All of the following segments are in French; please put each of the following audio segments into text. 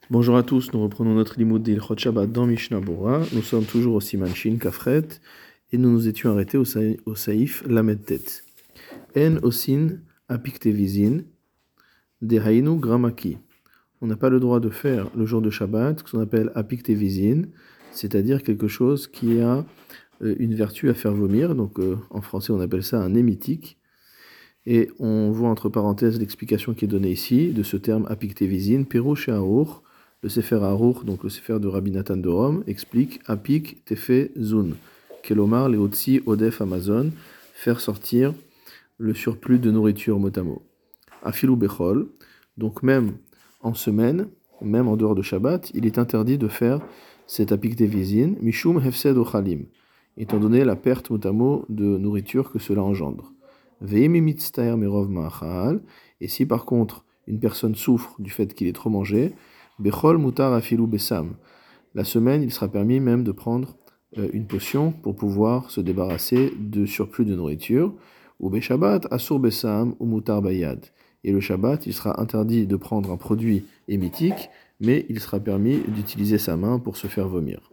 Bonjour à tous, nous reprenons notre limoud d'Ilchot Shabbat dans Mishnah Bora. Nous sommes toujours au Siman Shin Kafret et nous nous étions arrêtés au Saïf Lamed Tet. En osin apiktevizin dehainu gramaki. On n'a pas le droit de faire le jour de Shabbat ce qu'on appelle apiktevizin, c'est-à-dire quelque chose qui a une vertu à faire vomir. Donc en français on appelle ça un émitique. Et on voit entre parenthèses l'explication qui est donnée ici de ce terme apiktevizin, Perush Aour. Le Sefer Aruch, donc le Sefer de Rabbi Nathan de Rome, explique Apik tefe zun, kelomar leotzi odef Amazon, faire sortir le surplus de nourriture mot à mot. Afilu bechol, donc même en semaine, même en dehors de Shabbat, il est interdit de faire cet apik tevizin, mishum hefsed ochalim, étant donné la perte mot à mot de nourriture que cela engendre. Ve'imi mitztaer merov ma'achal, et si par contre une personne souffre du fait qu'il est trop mangé, Bechol mutar afilu besam. La semaine, il sera permis même de prendre une potion pour pouvoir se débarrasser de surplus de nourriture. Ou beshabbat asur besam ou mutar bayad. Et le Shabbat, il sera interdit de prendre un produit émitique, mais il sera permis d'utiliser sa main pour se faire vomir.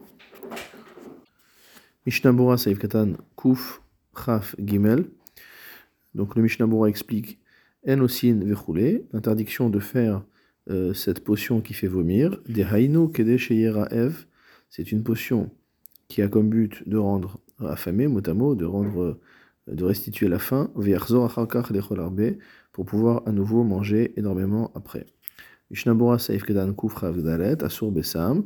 Mishnah Bora Saif Katan Kuf Chaf Gimel. Donc le Mishnah Bora explique En osin vechule, l'interdiction de faire cette potion qui fait vomir, des haïnu kedesheyera ev, c'est une potion qui a comme but de rendre affamé, mot à mot, de restituer la faim, ve'achzor acharkach lechol arbe, pour pouvoir à nouveau manger énormément après. Mishnah Bora Saif Kedan Kuf Chav Dalet Asur Besam.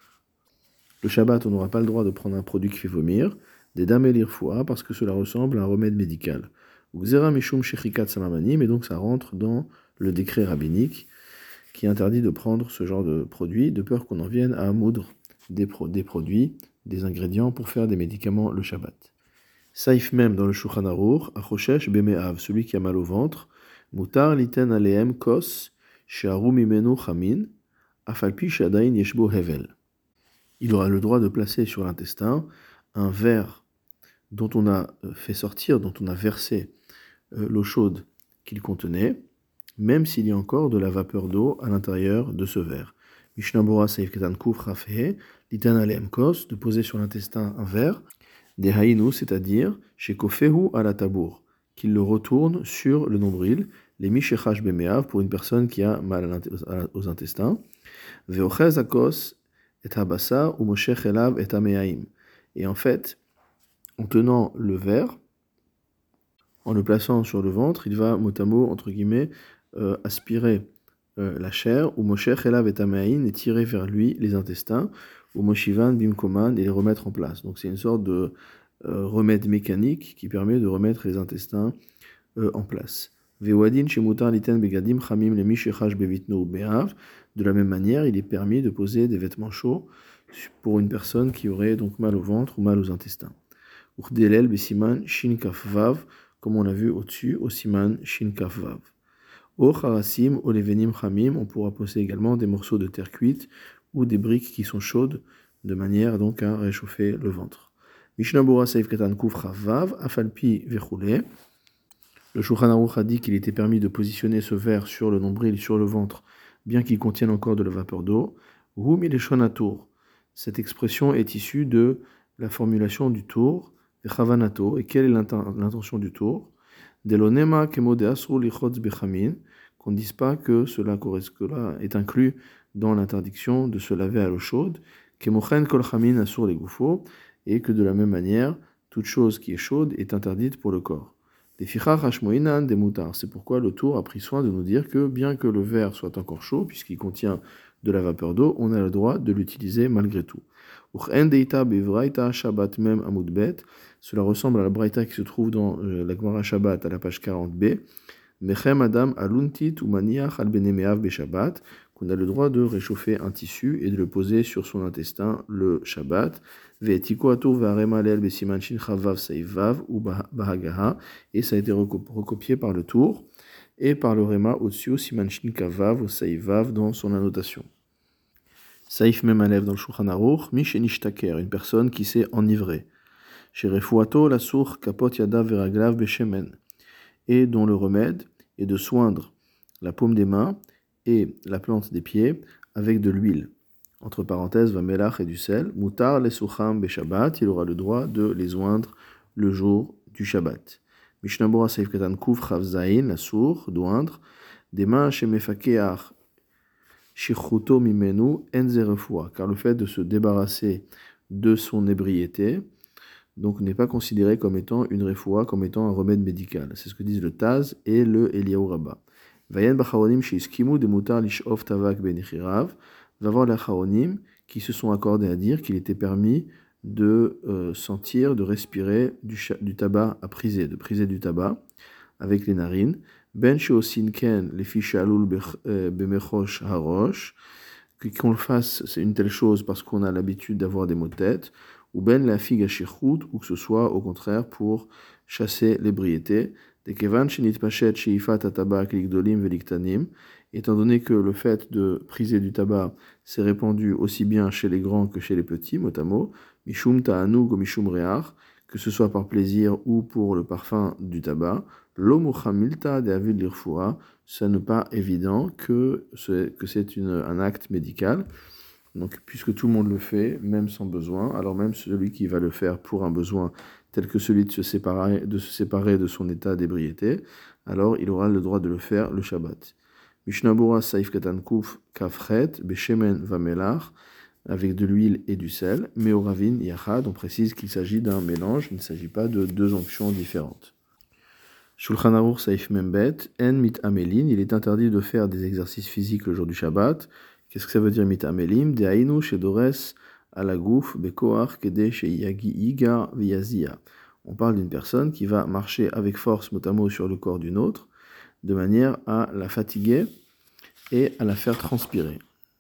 Le Shabbat, on n'aura pas le droit de prendre un produit qui fait vomir, des dames et l'irfoua, parce que cela ressemble à un remède médical. Xera mishum shechikat samamanim, et donc ça rentre dans le décret rabbinique qui interdit de prendre ce genre de produit, de peur qu'on en vienne à moudre des produits, des ingrédients pour faire des médicaments le Shabbat. Saif même dans le Shulchan Aruch, achoshesh beme'av, celui qui a mal au ventre, mutar liten aleem kos, she'aru mimenu chamin, afalpi she'adain yeshbo hevel. Il aura le droit de placer sur l'intestin un verre dont on a fait sortir, dont on a versé l'eau chaude qu'il contenait, même s'il y a encore de la vapeur d'eau à l'intérieur de ce verre. Mishnah Bora Seif Ketan Kuf Rafhe, Litan Alem Kos, de poser sur l'intestin un verre, des haïnu, c'est-à-dire chez Kofehu à la tabour, qu'il le retourne sur le nombril, les Mishechash Bemeav, pour une personne qui a mal aux intestins, Veochez Akos et Habassa ou Moshech Elav et Ameaim. Et en fait, en tenant le verre, en le plaçant sur le ventre, il va mot à mot, entre guillemets, aspirer la chair, ou Moshe Chelav et Tamaïn, et tirer vers lui les intestins, ou Moshivan Bimkoman, et les remettre en place. Donc c'est une sorte de remède mécanique qui permet de remettre les intestins en place. Vewadin Shemutar Liten Begadim Chamim Lemi Shechash Bevitno Be'av. De la même manière, il est permis de poser des vêtements chauds pour une personne qui aurait donc mal au ventre ou mal aux intestins. Urdelel Besiman Shin Kaf Vav, comme on l'a vu au-dessus, au Siman Shin Kaf Vav. Au Harasim, au Levenim Chamim, on pourra poser également des morceaux de terre cuite ou des briques qui sont chaudes, de manière donc à réchauffer le ventre. Mishnah Bora Saif Ketan Kuf Vav, Afalpi Vechule. Le Shulchan Aruch a dit qu'il était permis de positionner ce verre sur le nombril, sur le ventre, bien qu'il contienne encore de la vapeur d'eau. Hu Mileshonatour. Cette expression est issue de la formulation du tour, Chavanato. Et quelle est l'intention du tour? Delonema kemode asru lichotz bechamin, qu'on ne dise pas que cela est inclus dans l'interdiction de se laver à l'eau chaude, kemochen kol chamin asur legufo, et que de la même manière, toute chose qui est chaude est interdite pour le corps. Des fichach hashmoinan des moutards. C'est pourquoi le tour a pris soin de nous dire que bien que le verre soit encore chaud, puisqu'il contient de la vapeur d'eau, on a le droit de l'utiliser malgré tout. Cela ressemble à la braïta qui se trouve dans la Gemara Shabbat à la page 40b. Mechem Adam aluntit ou maniach al benemeav beshabbat, qu'on a le droit de réchauffer un tissu et de le poser sur son intestin le Shabbat. Ve'etiko atur ve'arema leel besiman shin chavav seivav ou bahagaha, et ça a été recopié par le tour et par le Réma au-dessus, siman shin kavav ou seivav dans son annotation. Saïf Memalev dans le Shulchan Aruch, Mishenishtaker, une personne qui s'est enivrée. Chez Refuato, la sour kapot yadav veraglav beshemen, et dont le remède est de soindre la paume des mains et la plante des pieds avec de l'huile. Entre parenthèses, vamelach et du sel. Mutar les soucham be Shabbat, il aura le droit de les oindre le jour du Shabbat. Mishnah Bora Seif Katan Kuf Chav Zayin, la sour, d'oindre. Dema shemefakeach shichuto mimenu enze refoua, car le fait de se débarrasser de son ébriété, donc n'est pas considéré comme étant une refoua, comme étant un remède médical. C'est ce que disent le Taz et le Eliyahu Rabbah. Vayen bacharonim sheiskimu de mutar lishof tavak ben ichirav. Va voir les acharonim qui se sont accordés à dire qu'il était permis de sentir, de respirer du tabac à priser, de priser du tabac avec les narines. Ben sheosin ken les fiches alul bemechosh harosh, qu'on le fasse, c'est une telle chose parce qu'on a l'habitude d'avoir des maux de tête, ou ben la figue ashirchut, ou que ce soit au contraire pour chasser l'ébriété. De kevan shenit pachet sheifat atabak ligdolim veliktanim, étant donné que le fait de priser du tabac s'est répandu aussi bien chez les grands que chez les petits, mot à mot, mishum ta'anug ou mishum re'ach, que ce soit par plaisir ou pour le parfum du tabac, l'omuchamilta de avid l'irfoua, ça n'est pas évident que c'est un acte médical. Donc, puisque tout le monde le fait, même sans besoin, alors même celui qui va le faire pour un besoin tel que celui de se séparer de son état d'ébriété, alors il aura le droit de le faire le Shabbat. Mishnah Bora Saif Katan Kuf Kafret Beshemen Vamelach, avec de l'huile et du sel, Meoravin Yachad, on précise qu'il s'agit d'un mélange, il ne s'agit pas de deux onctions différentes. Shulchan Aruch Saif Membet, En Mit Amelin, il est interdit de faire des exercices physiques le jour du Shabbat. Qu'est-ce que ça veut dire Mit Amelim? De Ainu Shedores Alagouf Bekoach Kede Sheyagi Iga Viyazia. On parle d'une personne qui va marcher avec force, mot sur le corps d'une autre, de manière à la fatiguer et à la faire transpirer.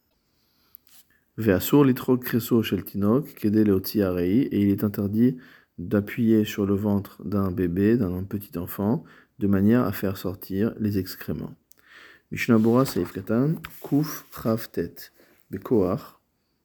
Ve'asur litrok kreso shel tinok kede leotzi arei, et il est interdit d'appuyer sur le ventre d'un bébé, d'un petit enfant, de manière à faire sortir les excréments. Mishnah Bora Seif Katan Kuf Chav Tet Bekoach.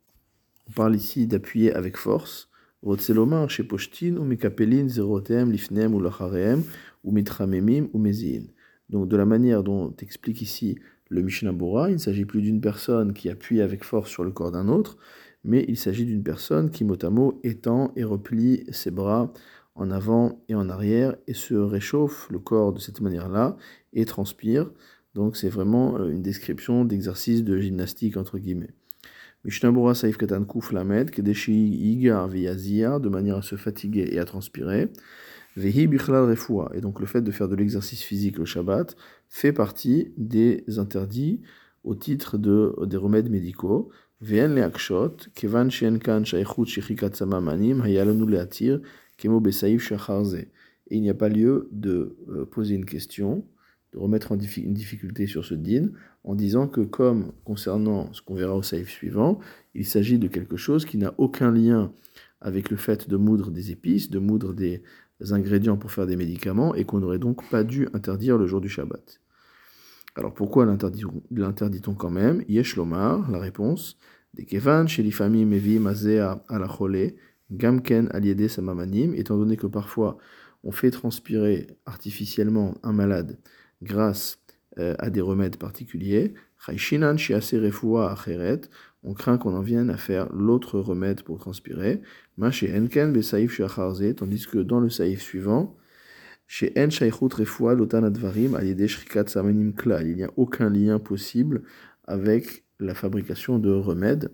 On parle ici d'appuyer avec force. Rotzelomar chez Poshtin ou Mikapelin Zerotem Lifnem ou Lachareem ou Mitramemim ou Mezin. Donc de la manière dont explique ici le Mishnah Bora, il ne s'agit plus d'une personne qui appuie avec force sur le corps d'un autre, mais il s'agit d'une personne qui mot à mot étend et replie ses bras en avant et en arrière et se réchauffe le corps de cette manière-là et transpire. Donc c'est vraiment une description d'exercice de gymnastique entre guillemets. Mishnah Bora Saif Katan Kuf Lamed Kedeshi Igar Viyazia, de manière à se fatiguer et à transpirer. Vehi Bichlal Refoua, et donc le fait de faire de l'exercice physique le Shabbat fait partie des interdits au titre des remèdes médicaux. Ve'en leakshot kevan she'en kan shaychut shechikat samamanim hayalonu leatir kemo besaif shacharze. Et il n'y a pas lieu de poser une question, de remettre une difficulté sur ce din, en disant que comme concernant ce qu'on verra au saïf suivant, il s'agit de quelque chose qui n'a aucun lien avec le fait de moudre des épices, de moudre des ingrédients pour faire des médicaments, et qu'on n'aurait donc pas dû interdire le jour du Shabbat. Alors pourquoi l'interdit-on quand même? Yesh lomar, la réponse, des kevan chez l'ifami mevi mazea ala chole, gamken aliede samamanim, étant donné que parfois on fait transpirer artificiellement un malade grâce à des remèdes particuliers, chayshinan shiase refoua acheret, on craint qu'on en vienne à faire l'autre remède pour transpirer, ma chez enken be saïf shacharze, tandis que dans le saïf suivant, chez en shaychut refoua lotan advarim aliede shrikat samanim klal, il n'y a aucun lien possible avec la fabrication de remèdes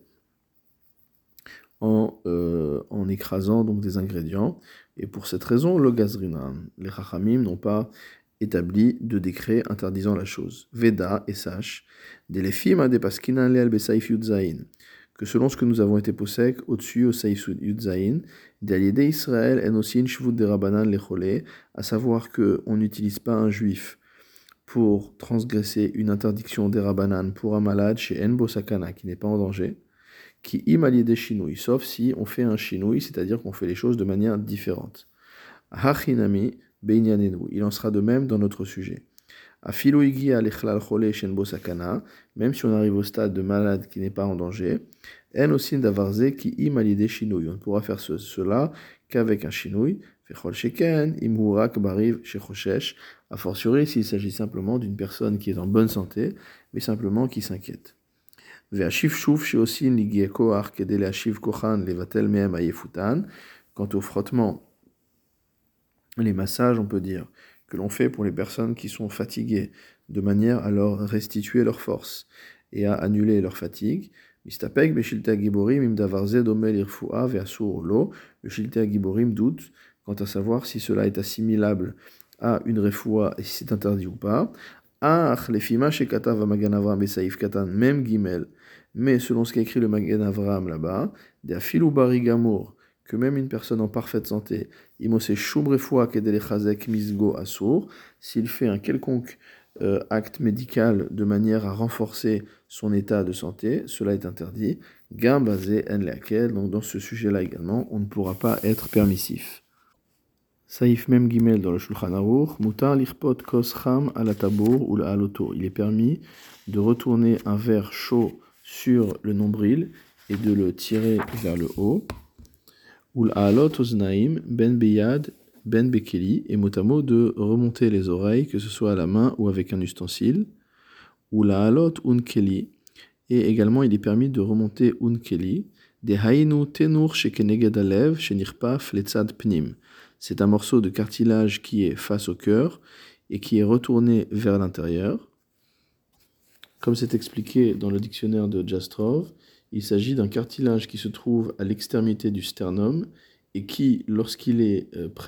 en écrasant donc des ingrédients, et pour cette raison, le gazrinan, les chachamim n'ont pas établi de décret interdisant la chose. Veda, et sache, des lefim a des paskinan leal besaif yudzaïn, que selon ce que nous avons été possèques au-dessus au saif yudzaïn, d'aliede Israël en osin shvut de rabanan lechole, à savoir qu'on n'utilise pas un juif pour transgresser une interdiction des rabanan pour un malade chez enbo sakana qui n'est pas en danger, qui im aliede shinui, sauf si on fait un shinui, c'est-à-dire qu'on fait les choses de manière différente. Hachinami beinyanenu, il en sera de même dans notre sujet. Afilu igi alechlal chole shenbo sakana, même si on arrive au stade de malade qui n'est pas en danger, en osin davarze qui im aliede shinui, on ne pourra faire cela qu'avec un shinui, fechol sheken im hurak bariv shechoshesh, a fortiori s'il s'agit simplement d'une personne qui est en bonne santé, mais simplement qui s'inquiète. Quant au frottement, les massages, on peut dire, que l'on fait pour les personnes qui sont fatiguées, de manière à leur restituer leur force et à annuler leur fatigue. Le Shiltei Agiborim doute quant à savoir si cela est assimilable à une refoua et si c'est interdit ou pas. Même Gimel, mais selon ce qu'a écrit le Magen Avram là-bas, que même une personne en parfaite santé, s'il fait un quelconque acte médical de manière à renforcer son état de santé, cela est interdit. Donc dans ce sujet-là également, on ne pourra pas être permissif. Saïf Mem Gimel dans le Shulchan Aruch, Mutar lichpot kos cham ala tabour ou la aloto. Il est permis de retourner un verre chaud sur le nombril et de le tirer vers le haut. Ou la alot oznaim ben beyad ben bekeli, et motamo de remonter les oreilles, que ce soit à la main ou avec un ustensile. Ou la alot unkeli, et également il est permis de remonter unkeli. De hainu tenur shekeneged alev shenirpaf letzad pnim. C'est un morceau de cartilage qui est face au cœur et qui est retourné vers l'intérieur. Comme c'est expliqué dans le dictionnaire de Jastrov, il s'agit d'un cartilage qui se trouve à l'extrémité du sternum et qui, lorsqu'il est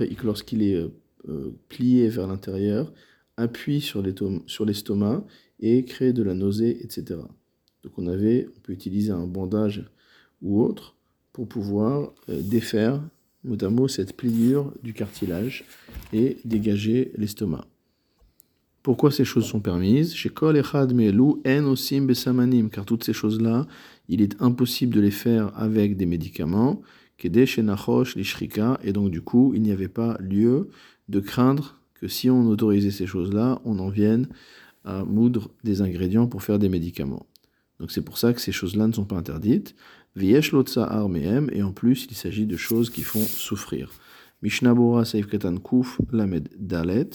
plié vers l'intérieur, appuie sur l'estomac et crée de la nausée, etc. Donc on peut utiliser un bandage ou autre pour pouvoir défaire notamment cette pliure du cartilage et dégager l'estomac. Pourquoi ces choses sont permises? Chez Kol Echad Me'elu En Osim Besamanim, car toutes ces choses-là, il est impossible de les faire avec des médicaments, Kede Shenachosh Lishrika, et donc du coup, il n'y avait pas lieu de craindre que si on autorisait ces choses-là, on en vienne à moudre des ingrédients pour faire des médicaments. Donc c'est pour ça que ces choses-là ne sont pas interdites. V'yesh lo tsa'ar mehem, et en plus, il s'agit de choses qui font souffrir. Mishnah Bora Saif Katan Kuf Lamed Dalet,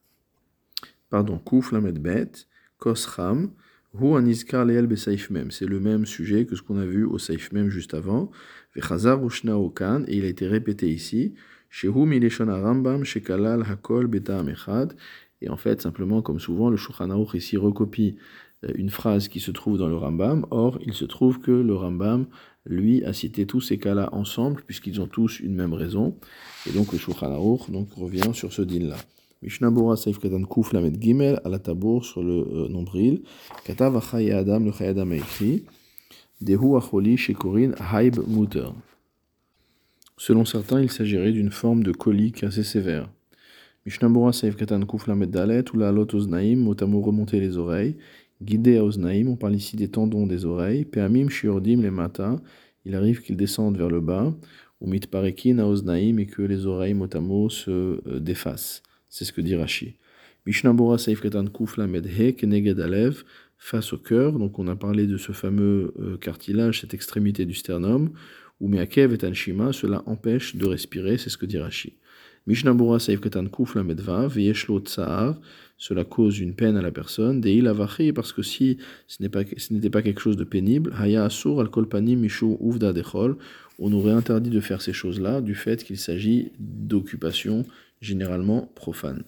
Kuf Lamed Bet, Kosram, Hu Anizkar Leel Besaif Mem. C'est le même sujet que ce qu'on a vu au Saif Mem juste avant. Vechazar Ushna Okan, et il a été répété ici. Shehu Mileshon Rambam, Shekalal Hakol Beta Amechad. Et en fait, simplement, comme souvent, le Shulchan Aruch ici recopie une phrase qui se trouve dans le Rambam. Or, il se trouve que le Rambam, lui, a cité tous ces cas-là ensemble, puisqu'ils ont tous une même raison. Et donc, le Shulchan Aruch revient sur ce din-là. Mishnah Bora Saif Katan Kuf Lamed Gimel, à la tabour, sur le nombril. Katav Achaye Adam, le Chaye Adam a écrit Dehu Acholi Shekorin Haib Muter. Selon certains, il s'agirait d'une forme de colique assez sévère. Mishnah Bora Saif Katan Kuf Lamed Dalet, ou la Alot Oznaim, motamo remonter les oreilles. Guidé à Oznaim, on parle ici des tendons des oreilles. Peamim Shiordim les matins, il arrive qu'ils descendent vers le bas. Ou mitparekin à Oznaim, et que les oreilles motamo se défacent. C'est ce que dit Rashi. Mishnah Bora Saif Katan Kuf Lamed He Keneged Alev, face au cœur. Donc on a parlé de ce fameux cartilage, cette extrémité du sternum. Ou Meakev et Anshima, cela empêche de respirer, c'est ce que dit Rashi. Mishnah Bora Saif Katan Kuf Lamed Vav, Yeshlo Tsa'ar, cela cause une peine à la personne. Deil Avachi, parce que si ce n'était pas quelque chose de pénible, Haya Asur al Kolpanim Mishu Uvda Dechol, on aurait interdit de faire ces choses-là du fait qu'il s'agit d'occupations généralement profanes.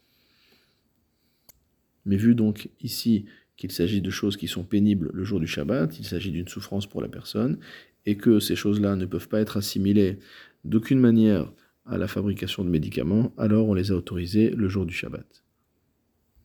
Mais vu donc ici qu'il s'agit de choses qui sont pénibles le jour du Shabbat, il s'agit d'une souffrance pour la personne, et que ces choses-là ne peuvent pas être assimilées d'aucune manière à la fabrication de médicaments, alors on les a autorisées le jour du Shabbat.